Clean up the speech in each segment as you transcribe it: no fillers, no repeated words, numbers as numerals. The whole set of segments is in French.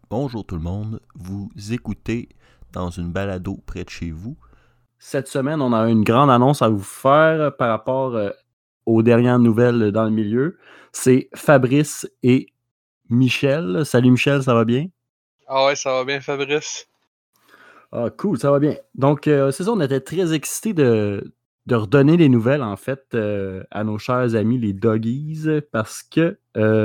Bonjour tout le monde, vous écoutez dans une balado près de chez vous. Cette semaine, on a une grande annonce à vous faire par rapport aux dernières nouvelles dans le milieu. C'est Fabrice et Michel. Salut Michel, ça va bien? Ah ouais, ça va bien, Fabrice. Ah, cool, ça va bien. Donc, c'est ça, on était très excités de redonner les nouvelles, en fait, à nos chers amis, les Doggies, parce que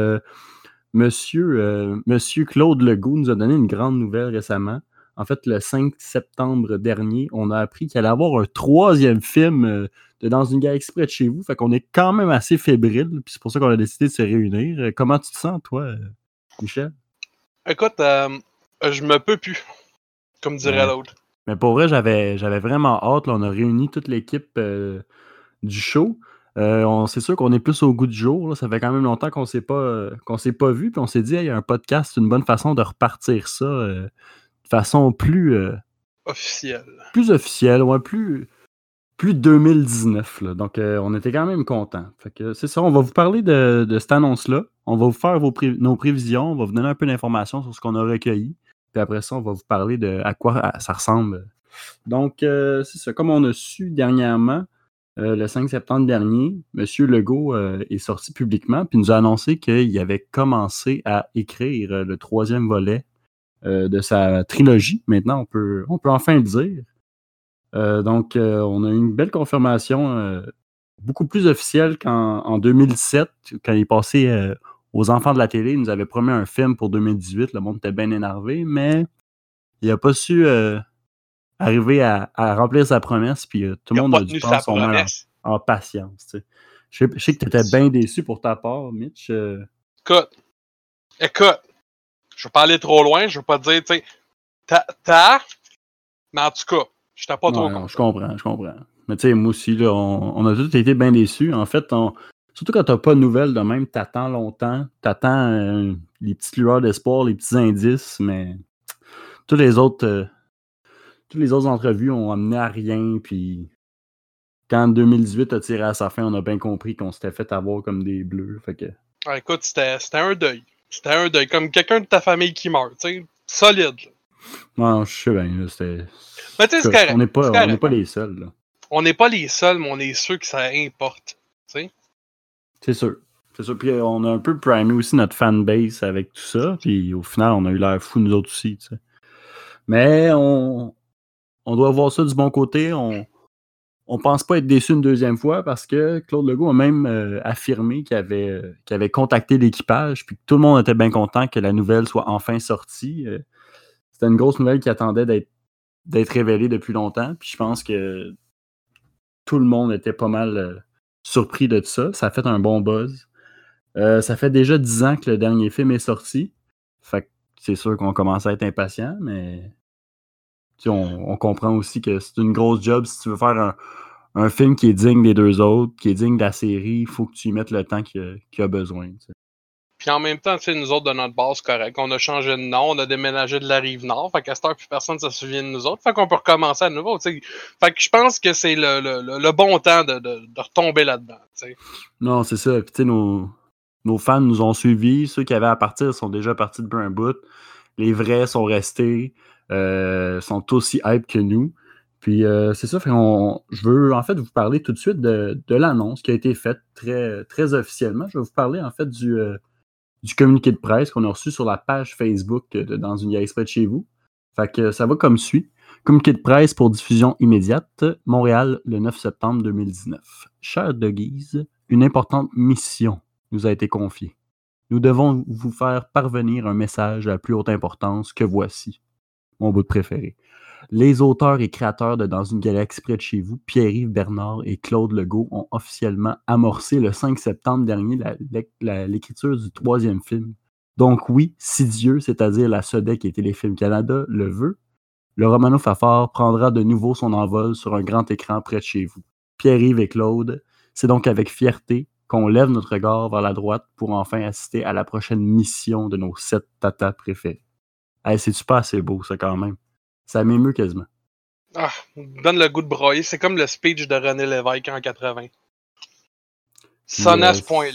Monsieur Claude Legault nous a donné une grande nouvelle récemment. En fait, le 5 septembre dernier, on a appris qu'il allait avoir un troisième film de Dans une guerre exprès de chez vous. Fait qu'on est quand même assez fébrile, puis c'est pour ça qu'on a décidé de se réunir. Comment tu te sens, toi, Michel? Écoute, je me peux plus, comme dirait Ouais. l'autre. Mais pour vrai, j'avais vraiment hâte. Là, on a réuni toute l'équipe du show. C'est sûr qu'on est plus au goût du jour. Là. Ça fait quand même longtemps qu'on s'est pas vu. Puis on s'est dit, hey, un podcast, c'est une bonne façon de repartir ça de façon Officiel. plus officielle, ouais, plus 2019. Là. Donc, on était quand même contents. Fait que c'est ça, on va vous parler de cette annonce-là. On va vous faire nos prévisions. On va vous donner un peu d'informations sur ce qu'on a recueilli. Puis après ça, on va vous parler de à quoi ça ressemble. Donc, c'est ça. Comme on a su dernièrement, le 5 septembre dernier, M. Legault est sorti publiquement puis nous a annoncé qu'il avait commencé à écrire le troisième volet de sa trilogie. Maintenant, on peut enfin le dire. Donc, on a eu une belle confirmation, beaucoup plus officielle qu'en 2017, quand il est passé aux enfants de la télé. Il nous avait promis un film pour 2018. Le monde était bien énervé, mais il n'a pas su arriver à remplir sa promesse. Puis tout Il le a monde pas a dû tenu sa prendre son mal promesse. en patience. Tu sais. Je sais que tu étais bien déçu pour ta part, Mitch. Écoute, je veux pas aller trop loin, je veux pas dire, tu sais, mais en tout cas, j'étais pas trop Ouais, non, je content. comprends. Mais tu sais, moi aussi, là, on a tous été bien déçus. En fait, surtout quand t'as pas de nouvelles de même, t'attends longtemps, t'attends les petites lueurs d'espoir, les petits indices, mais toutes les autres, euh, toutes les autres entrevues ont amené à rien. Puis quand 2018 a tiré à sa fin, on a bien compris qu'on s'était fait avoir comme des bleus. Fait que, Ouais, écoute, c'était un deuil. C'était un deuil, comme quelqu'un de ta famille qui meurt, tu sais, solide. Là. non, je sais bien, là, c'était. Mais tu sais, c'est Écoute, correct, c'est on n'est correct. pas les seuls, là. On n'est pas les seuls, mais on est ceux que ça importe, tu sais. C'est sûr. C'est sûr. Puis on a un peu primé aussi notre fanbase avec tout ça. Puis au final, on a eu l'air fou nous autres aussi. Tu sais. Mais on doit voir ça du bon côté. On pense pas être déçu une deuxième fois parce que Claude Legault a même affirmé qu'il avait contacté l'équipage puis que tout le monde était bien content que la nouvelle soit enfin sortie. C'était une grosse nouvelle qui attendait d'être révélée depuis longtemps. Puis je pense que tout le monde était pas mal surpris de ça. Ça a fait un bon buzz. Ça fait déjà 10 ans que le dernier film est sorti. Fait que c'est sûr qu'on commence à être impatient, mais on comprend aussi que c'est une grosse job. Si tu veux faire un film qui est digne des deux autres, qui est digne de la série, il faut que tu y mettes le temps qu'il a besoin. Tu sais. Puis en même temps, tu sais, nous autres, de notre base, correct. On a changé de nom, on a déménagé de la Rive-Nord. Fait qu'à cette heure, plus personne ne se souvient de nous autres. Fait qu'on peut recommencer à nouveau, tu sais. Fait que je pense que c'est le bon temps de retomber là-dedans, tu sais. Non, c'est ça. Puis tu sais, nos fans nous ont suivis. Ceux qui avaient à partir sont déjà partis depuis un bout. Les vrais sont restés, sont aussi hype que nous. Puis c'est ça, je veux en fait vous parler tout de suite de l'annonce qui a été faite très, très officiellement. Je vais vous parler en fait du communiqué de presse qu'on a reçu sur la page Facebook de Dans une guerre exprès de chez vous. Fait que ça va comme suit. Communiqué de presse pour diffusion immédiate, Montréal, le 9 septembre 2019. Chers Doggies, une importante mission nous a été confiée. Nous devons vous faire parvenir un message à la plus haute importance que voici. Mon bout de préféré. Les auteurs et créateurs de Dans une galaxie près de chez vous, Pierre-Yves Bernard et Claude Legault, ont officiellement amorcé le 5 septembre dernier l'écriture du troisième film. Donc oui, si Dieu, c'est-à-dire la SODEC et Téléfilm Canada, le veut, le Romano Fafard prendra de nouveau son envol sur un grand écran près de chez vous. Pierre-Yves et Claude, c'est donc avec fierté qu'on lève notre regard vers la droite pour enfin assister à la prochaine mission de nos 7 tatas préférés. Hey, c'est-tu pas assez beau, ça, quand même? Ça m'émeut quasiment. Ah, donne le goût de broyer. C'est comme le speech de René Lévesque en 80. Puis, Sonne à ce point-là.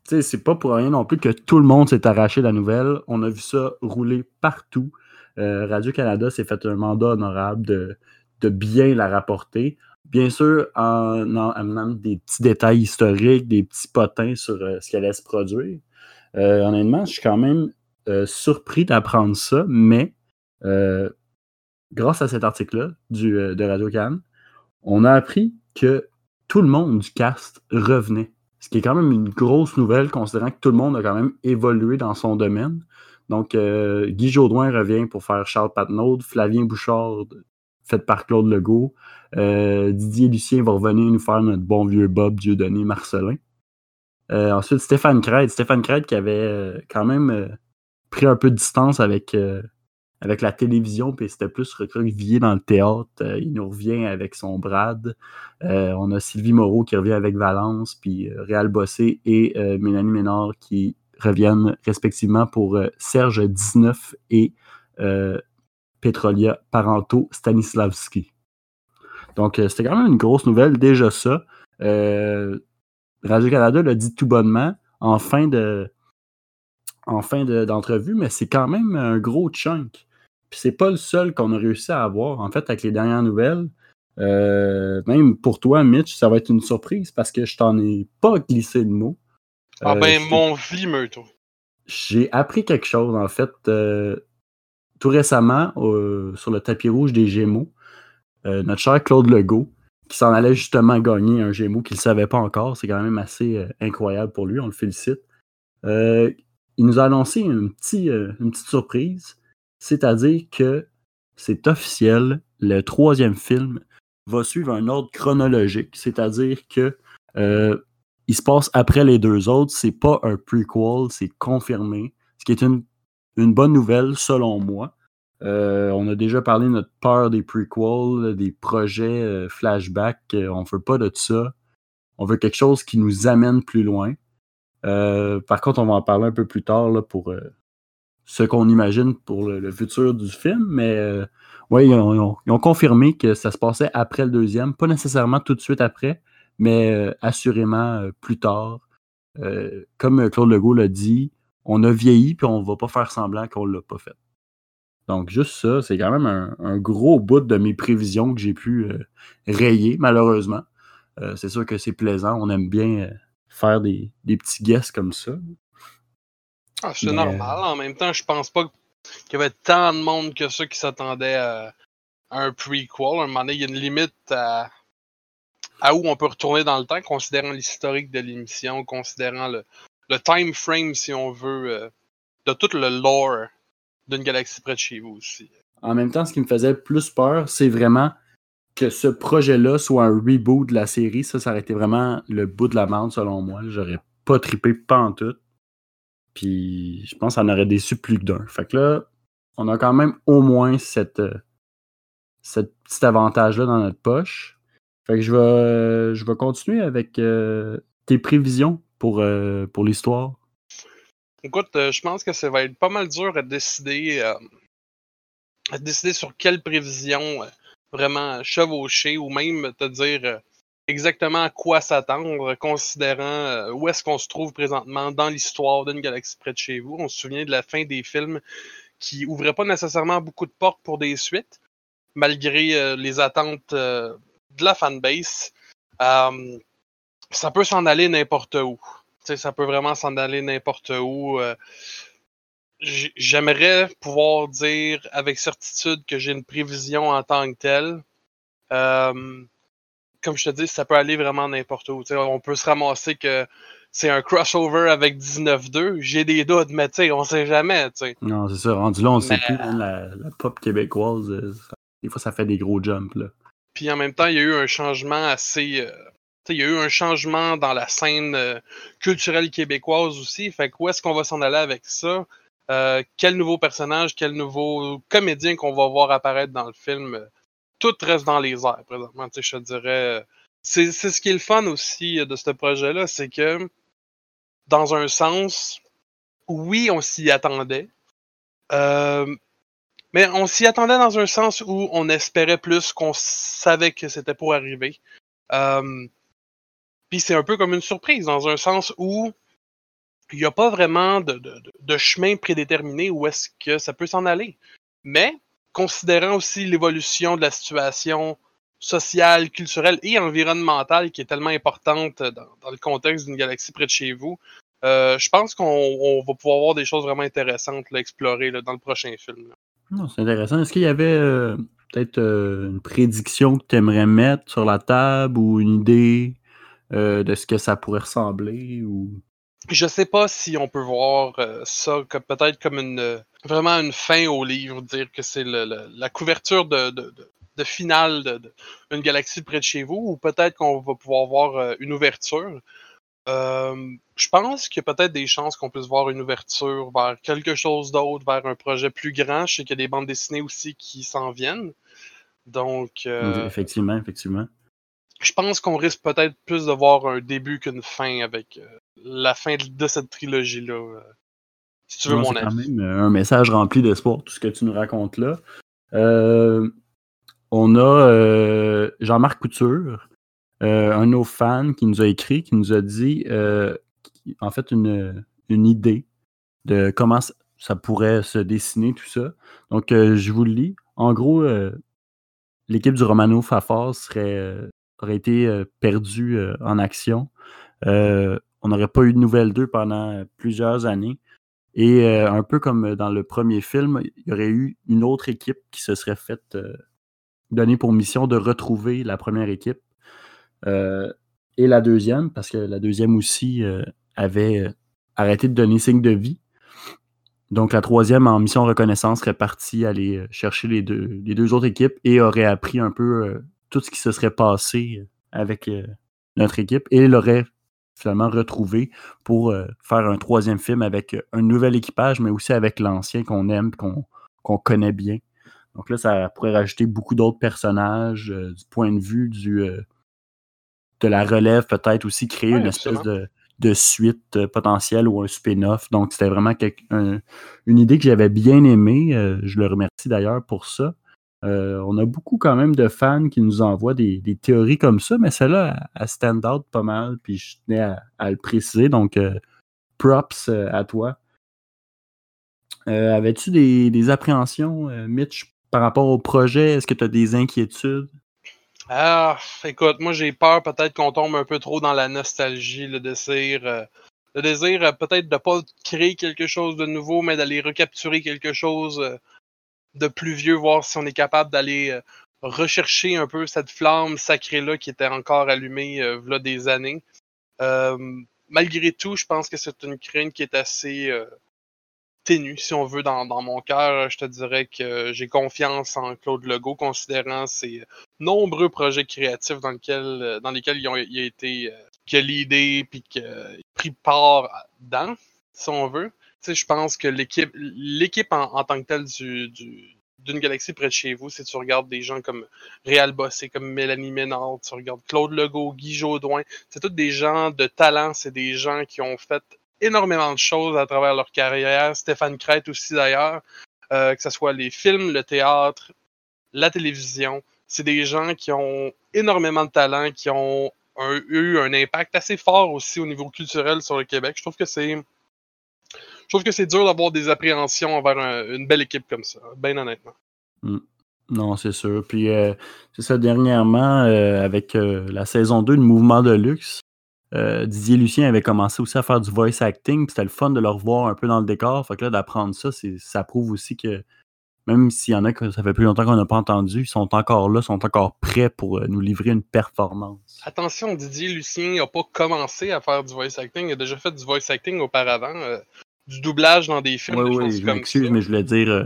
sais, c'est pas pour rien non plus que tout le monde s'est arraché la nouvelle. On a vu ça rouler partout. Radio-Canada s'est fait un mandat honorable de bien la rapporter. Bien sûr, en amenant des petits détails historiques, des petits potins sur ce qui allait se produire. Honnêtement, je suis quand même surpris d'apprendre ça, mais grâce à cet article-là de Radio-Can, on a appris que tout le monde du cast revenait. Ce qui est quand même une grosse nouvelle, considérant que tout le monde a quand même évolué dans son domaine. Donc, Guy Jodoin revient pour faire Charles Patnaud, Flavien Bouchard, fait par Claude Legault. Didier Lucien va revenir nous faire notre bon vieux Bob Dieudonné Marcelin. Ensuite, Stéphane Crête qui avait quand même pris un peu de distance avec la télévision, puis c'était plus recroquevillé dans le théâtre. Il nous revient avec son Brad. On a Sylvie Moreau qui revient avec Valence, puis Réal Bossé et Mélanie Ménard qui reviennent respectivement pour Serge 19 et Petrolia Paranto Stanislavski. Donc, c'était quand même une grosse nouvelle, déjà ça. Radio-Canada l'a dit tout bonnement en fin d'entrevue, mais c'est quand même un gros chunk. Puis c'est pas le seul qu'on a réussi à avoir. En fait, avec les dernières nouvelles, même pour toi, Mitch, ça va être une surprise parce que je t'en ai pas glissé le mot. Mon vlimeux, toi. J'ai appris quelque chose, en fait, tout récemment, sur le tapis rouge des Gémeaux. Notre cher Claude Legault, qui s'en allait justement gagner un Gémeaux qu'il ne savait pas encore. C'est quand même assez incroyable pour lui, on le félicite. Il nous a annoncé une petite surprise, c'est-à-dire que c'est officiel, le 3e film va suivre un ordre chronologique, c'est-à-dire que il se passe après les 2 autres, c'est pas un prequel, c'est confirmé, ce qui est une bonne nouvelle selon moi. On a déjà parlé de notre peur des prequels, des projets flashback, on veut pas de tout ça. On veut quelque chose qui nous amène plus loin. Par contre, on va en parler un peu plus tard là, pour ce qu'on imagine pour le futur du film. Mais ouais, ils ont confirmé que ça se passait après le 2e. Pas nécessairement tout de suite après, mais assurément plus tard. Comme Claude Legault l'a dit, on a vieilli puis on va pas faire semblant qu'on l'a pas fait. Donc, juste ça, c'est quand même un gros bout de mes prévisions que j'ai pu rayer, malheureusement. C'est sûr que c'est plaisant. On aime bien faire des petits guesses comme ça. C'est normal. En même temps, je pense pas qu'il y avait tant de monde que ça qui s'attendait à un prequel. À un moment donné, il y a une limite à où on peut retourner dans le temps, considérant l'historique de l'émission, considérant le time frame, si on veut, de tout le lore d'une galaxie près de chez vous aussi. En même temps, ce qui me faisait plus peur, c'est vraiment que ce projet-là soit un reboot de la série. Ça aurait été vraiment le bout de la merde, selon moi. J'aurais pas trippé pantoute. Puis je pense que ça en aurait déçu plus que d'un. Fait que là, on a quand même au moins cette petit avantage-là dans notre poche. Fait que je vais continuer avec tes prévisions pour l'histoire. Écoute, je pense que ça va être pas mal dur à décider sur quelle prévision vraiment chevaucher ou même te dire exactement à quoi s'attendre, considérant où est-ce qu'on se trouve présentement dans l'histoire d'une galaxie près de chez vous. On se souvient de la fin des films qui ouvraient pas nécessairement beaucoup de portes pour des suites, malgré les attentes de la fanbase. Ça peut s'en aller n'importe où. T'sais, ça peut vraiment s'en aller n'importe où. J'aimerais pouvoir dire avec certitude que j'ai une prévision en tant que telle. Comme je te dis, ça peut aller vraiment n'importe où. T'sais, on peut se ramasser que c'est un crossover avec 19-2. J'ai des doutes, mais on sait jamais. T'sais. Non, c'est ça. Rendu là, on ne sait plus. Hein, la pop québécoise, des fois, ça fait des gros jumps. Là. Puis en même temps, il y a eu un changement assez... il y a eu un changement dans la scène culturelle québécoise aussi. Fait que où est-ce qu'on va s'en aller avec ça? Quel nouveau personnage, quel nouveau comédien qu'on va voir apparaître dans le film? Tout reste dans les airs présentement. Je te dirais. C'est ce qui est le fun aussi de ce projet-là, c'est que dans un sens, oui, on s'y attendait. Mais on s'y attendait dans un sens où on espérait plus, qu'on savait que c'était pour arriver. Puis c'est un peu comme une surprise, dans un sens où il n'y a pas vraiment de chemin prédéterminé où est-ce que ça peut s'en aller. Mais, considérant aussi l'évolution de la situation sociale, culturelle et environnementale qui est tellement importante dans le contexte d'une galaxie près de chez vous, je pense qu'on va pouvoir voir des choses vraiment intéressantes à explorer là, dans le prochain film. Là. Non, c'est intéressant. Est-ce qu'il y avait peut-être une prédiction que tu aimerais mettre sur la table ou une idée de ce que ça pourrait ressembler ou... Je sais pas si on peut voir ça peut-être comme vraiment une fin au livre, dire que c'est la couverture de finale d'une galaxie près de chez vous, ou peut-être qu'on va pouvoir voir une ouverture. Je pense qu'il y a peut-être des chances qu'on puisse voir une ouverture vers quelque chose d'autre, vers un projet plus grand. Je sais qu'il y a des bandes dessinées aussi qui s'en viennent. Donc, Effectivement. je pense qu'on risque peut-être plus de voir un début qu'une fin avec la fin de cette trilogie-là. Si tu veux Non, mon c'est quand avis. même un message rempli d'espoir, tout ce que tu nous racontes là. On a Jean-Marc Couture, un de nos fans qui nous a écrit, qui nous a dit en fait une idée de comment ça pourrait se dessiner, tout ça. Donc, je vous le lis. En gros, l'équipe du Romano Fafard aurait été perdue en action. On n'aurait pas eu de nouvelles d'eux pendant plusieurs années. Et un peu comme dans le premier film, il y aurait eu une autre équipe qui se serait faite donner pour mission de retrouver la première équipe. Et la deuxième, parce que la deuxième aussi avait arrêté de donner signe de vie. Donc la troisième, en mission reconnaissance, serait partie aller chercher les deux autres équipes et aurait appris un peu tout ce qui se serait passé avec notre équipe et l'aurait finalement retrouvé pour faire un troisième film avec un nouvel équipage, mais aussi avec l'ancien qu'on aime, qu'on connaît bien. Donc là, ça pourrait rajouter beaucoup d'autres personnages du point de vue de la relève, peut-être aussi créer une espèce de suite potentielle ou un spin-off. Donc, c'était vraiment une idée que j'avais bien aimée. Je le remercie d'ailleurs pour ça. On a beaucoup quand même de fans qui nous envoient des théories comme ça, mais celle-là, elle stand out pas mal, puis je tenais à le préciser. Donc, props à toi. Avais-tu des appréhensions, Mitch, par rapport au projet? Est-ce que tu as des inquiétudes? Ah, écoute, moi j'ai peur peut-être qu'on tombe un peu trop dans la nostalgie, le désir peut-être de pas créer quelque chose de nouveau, mais d'aller recapturer quelque chose de plus vieux, voir si on est capable d'aller rechercher un peu cette flamme sacrée-là qui était encore allumée v'là des années. Malgré tout, je pense que c'est une crainte qui est assez ténue, si on veut, dans mon cœur. Je te dirais que j'ai confiance en Claude Legault, considérant ses nombreux projets créatifs dans lesquels il a été qu'il a l'idée puis qu'il a pris part dans, si on veut. Tu sais, je pense que l'équipe en tant que telle d'une galaxie près de chez vous, si tu regardes des gens comme Réal Bossé, comme Mélanie Ménard, tu regardes Claude Legault, Guy Jodoin, c'est tous des gens de talent, c'est des gens qui ont fait énormément de choses à travers leur carrière. Stéphane Crête aussi d'ailleurs, que ce soit les films, le théâtre, la télévision. C'est des gens qui ont énormément de talent, qui ont eu un impact assez fort aussi au niveau culturel sur le Québec. Je trouve que c'est dur d'avoir des appréhensions envers une belle équipe comme ça, bien honnêtement. Non, c'est sûr. Puis c'est ça, dernièrement, avec la saison 2 de Mouvement de Luxe, Didier Lucien avait commencé aussi à faire du voice acting, puis c'était le fun de le revoir un peu dans le décor. Fait que là, d'apprendre ça, ça prouve aussi que même s'il y en a que ça fait plus longtemps qu'on n'a pas entendu, ils sont encore là, sont encore prêts pour nous livrer une performance. Attention, Didier Lucien n'a pas commencé à faire du voice acting, il a déjà fait du voice acting auparavant, du doublage dans des films, des choses je comme m'excuse, ça. mais je voulais dire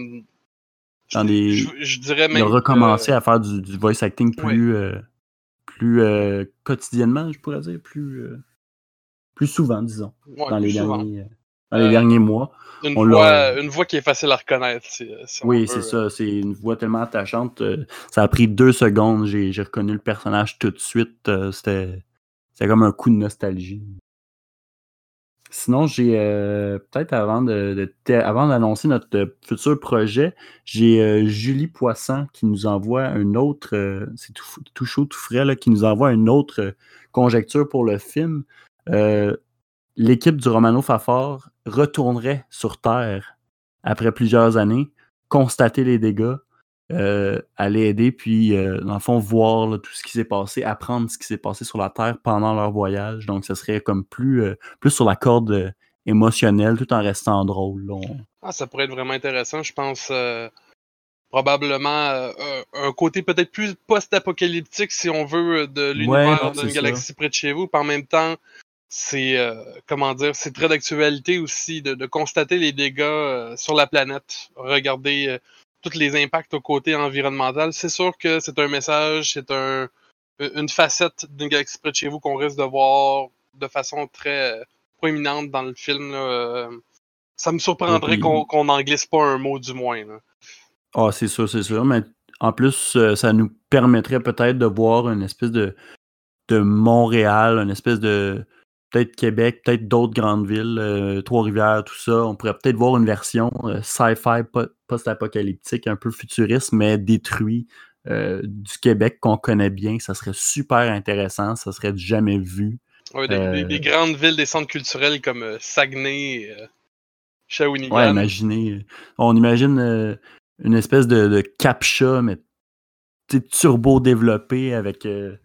dans des. Je dirais même. Il a recommencé à faire du voice acting plus quotidiennement, je pourrais dire, plus souvent, disons, Ouais, dans plus les souvent. derniers mois. Une voix qui est facile à reconnaître, si on Oui, veut. c'est ça. C'est une voix tellement attachante. Ça a pris 2 secondes. J'ai reconnu le personnage tout de suite. C'était comme un coup de nostalgie. Sinon, j'ai peut-être avant d'annoncer notre futur projet, j'ai Julie Poisson qui nous envoie un autre, c'est tout chaud, tout frais, là, qui nous envoie une autre conjecture pour le film. l'équipe du Romano Fafard retournerait sur Terre après plusieurs années, constater les dégâts, aller aider, puis dans le fond, voir là, tout ce qui s'est passé, apprendre ce qui s'est passé sur la Terre pendant leur voyage. Donc, ça serait comme plus sur la corde émotionnelle, tout en restant drôle. Là. Ça pourrait être vraiment intéressant, je pense. Probablement un côté peut-être plus post-apocalyptique, si on veut, de l'univers d'une galaxie près de chez vous. Puis en même temps, c'est c'est très d'actualité aussi de constater les dégâts sur la planète, regarder tous les impacts au côté environnemental. C'est sûr que c'est un message, c'est une facette d'une galaxie près de chez vous qu'on risque de voir de façon très proéminente dans le film. Là. Ça me surprendrait qu'on n'en glisse pas un mot du moins. Là. Ah, c'est sûr. Mais en plus, ça nous permettrait peut-être de voir une espèce de Montréal, une espèce de peut-être Québec, peut-être d'autres grandes villes, Trois-Rivières, tout ça. On pourrait peut-être voir une version sci-fi post-apocalyptique, un peu futuriste, mais détruit du Québec qu'on connaît bien. Ça serait super intéressant. Ça serait du jamais vu. Ouais, des grandes villes, des centres culturels comme Saguenay, Shawinigan. Ouais, imaginez. On imagine une espèce de captcha, mais turbo-développé avec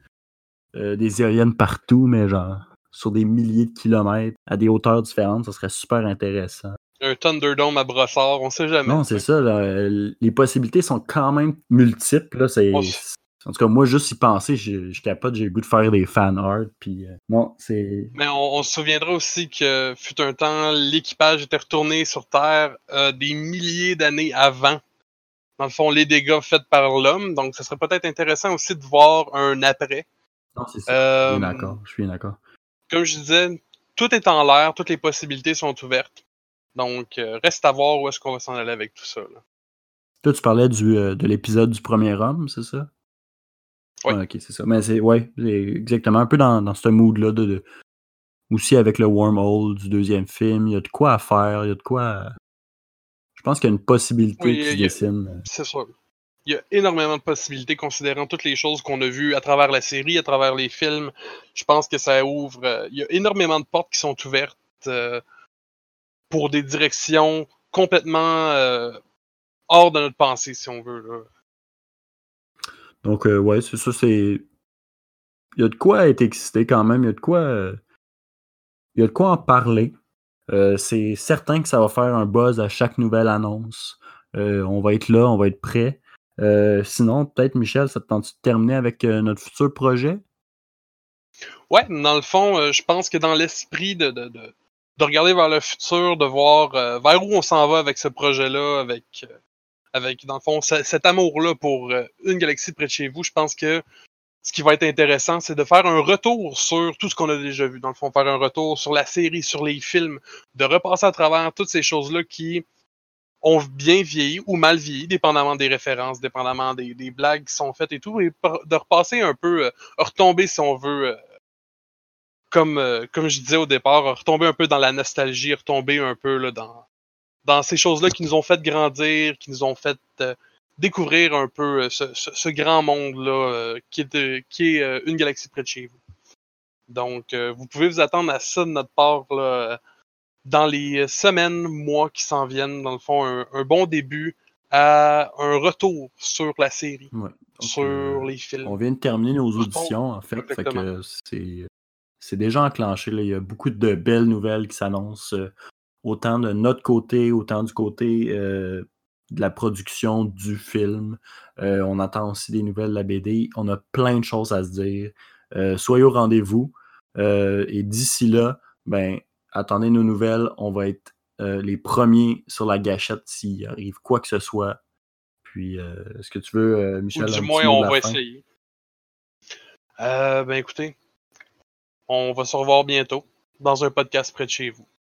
des éoliennes partout, mais genre sur des milliers de kilomètres, à des hauteurs différentes, ça serait super intéressant. Un Thunderdome à Brossard, on sait jamais. Non, c'est ça. Là, les possibilités sont quand même multiples. Là, en tout cas, moi, juste y penser, je capote, j'ai le goût de faire des fan art. Puis, non, c'est... Mais on se souviendra aussi que, fut un temps, l'équipage était retourné sur Terre des milliers d'années avant. Dans le fond, les dégâts faits par l'homme. Donc, ce serait peut-être intéressant aussi de voir un après. Non, c'est ça. Je suis bien d'accord. Comme je disais, tout est en l'air, toutes les possibilités sont ouvertes. Donc, reste à voir où est-ce qu'on va s'en aller avec tout ça. Là. Toi, tu parlais de l'épisode du premier homme, c'est ça? Oui. Ouais, ok, c'est ça. Mais c'est exactement un peu dans ce mood-là aussi avec le wormhole du deuxième film. Il y a de quoi à faire, il y a de quoi... Je pense qu'il y a une possibilité qui se dessine. C'est sûr. Il y a énormément de possibilités considérant toutes les choses qu'on a vues à travers la série, à travers les films. Je pense que ça ouvre... il y a énormément de portes qui sont ouvertes pour des directions complètement hors de notre pensée, si on veut. Là. Donc, ouais, c'est ça, c'est... Il y a de quoi être excité quand même, il y a de quoi en parler. C'est certain que ça va faire un buzz à chaque nouvelle annonce. On va être là, on va être prêt. Sinon, peut-être, Michel, ça te tente de terminer avec notre futur projet? Ouais, dans le fond, je pense que dans l'esprit de regarder vers le futur, de voir vers où on s'en va avec ce projet-là, avec dans le fond, cet amour-là pour une galaxie près de chez vous, je pense que ce qui va être intéressant, c'est de faire un retour sur tout ce qu'on a déjà vu. Dans le fond, faire un retour sur la série, sur les films, de repasser à travers toutes ces choses-là qui ont bien vieilli ou mal vieilli, dépendamment des références, dépendamment des blagues qui sont faites et tout, et de repasser un peu, retomber, si on veut, comme je disais au départ, retomber un peu dans la nostalgie, retomber un peu là, dans ces choses-là qui nous ont fait grandir, qui nous ont fait découvrir un peu ce grand monde-là qui est une galaxie près de chez vous. Donc, vous pouvez vous attendre à ça de notre part là, dans les semaines, mois qui s'en viennent. Dans le fond, un bon début à un retour sur la série, sur les films. On vient de terminer nos auditions, en fait. Fait que c'est déjà enclenché. Là. Il y a beaucoup de belles nouvelles qui s'annoncent, autant de notre côté, autant du côté de la production du film. On attend aussi des nouvelles de la BD. On a plein de choses à se dire. Soyez au rendez-vous. Et d'ici là, attendez nos nouvelles. On va être les premiers sur la gâchette s'il arrive quoi que ce soit. Puis, est-ce que tu veux, Michel, ou du moins, on va essayer. Écoutez, on va se revoir bientôt dans un podcast près de chez vous.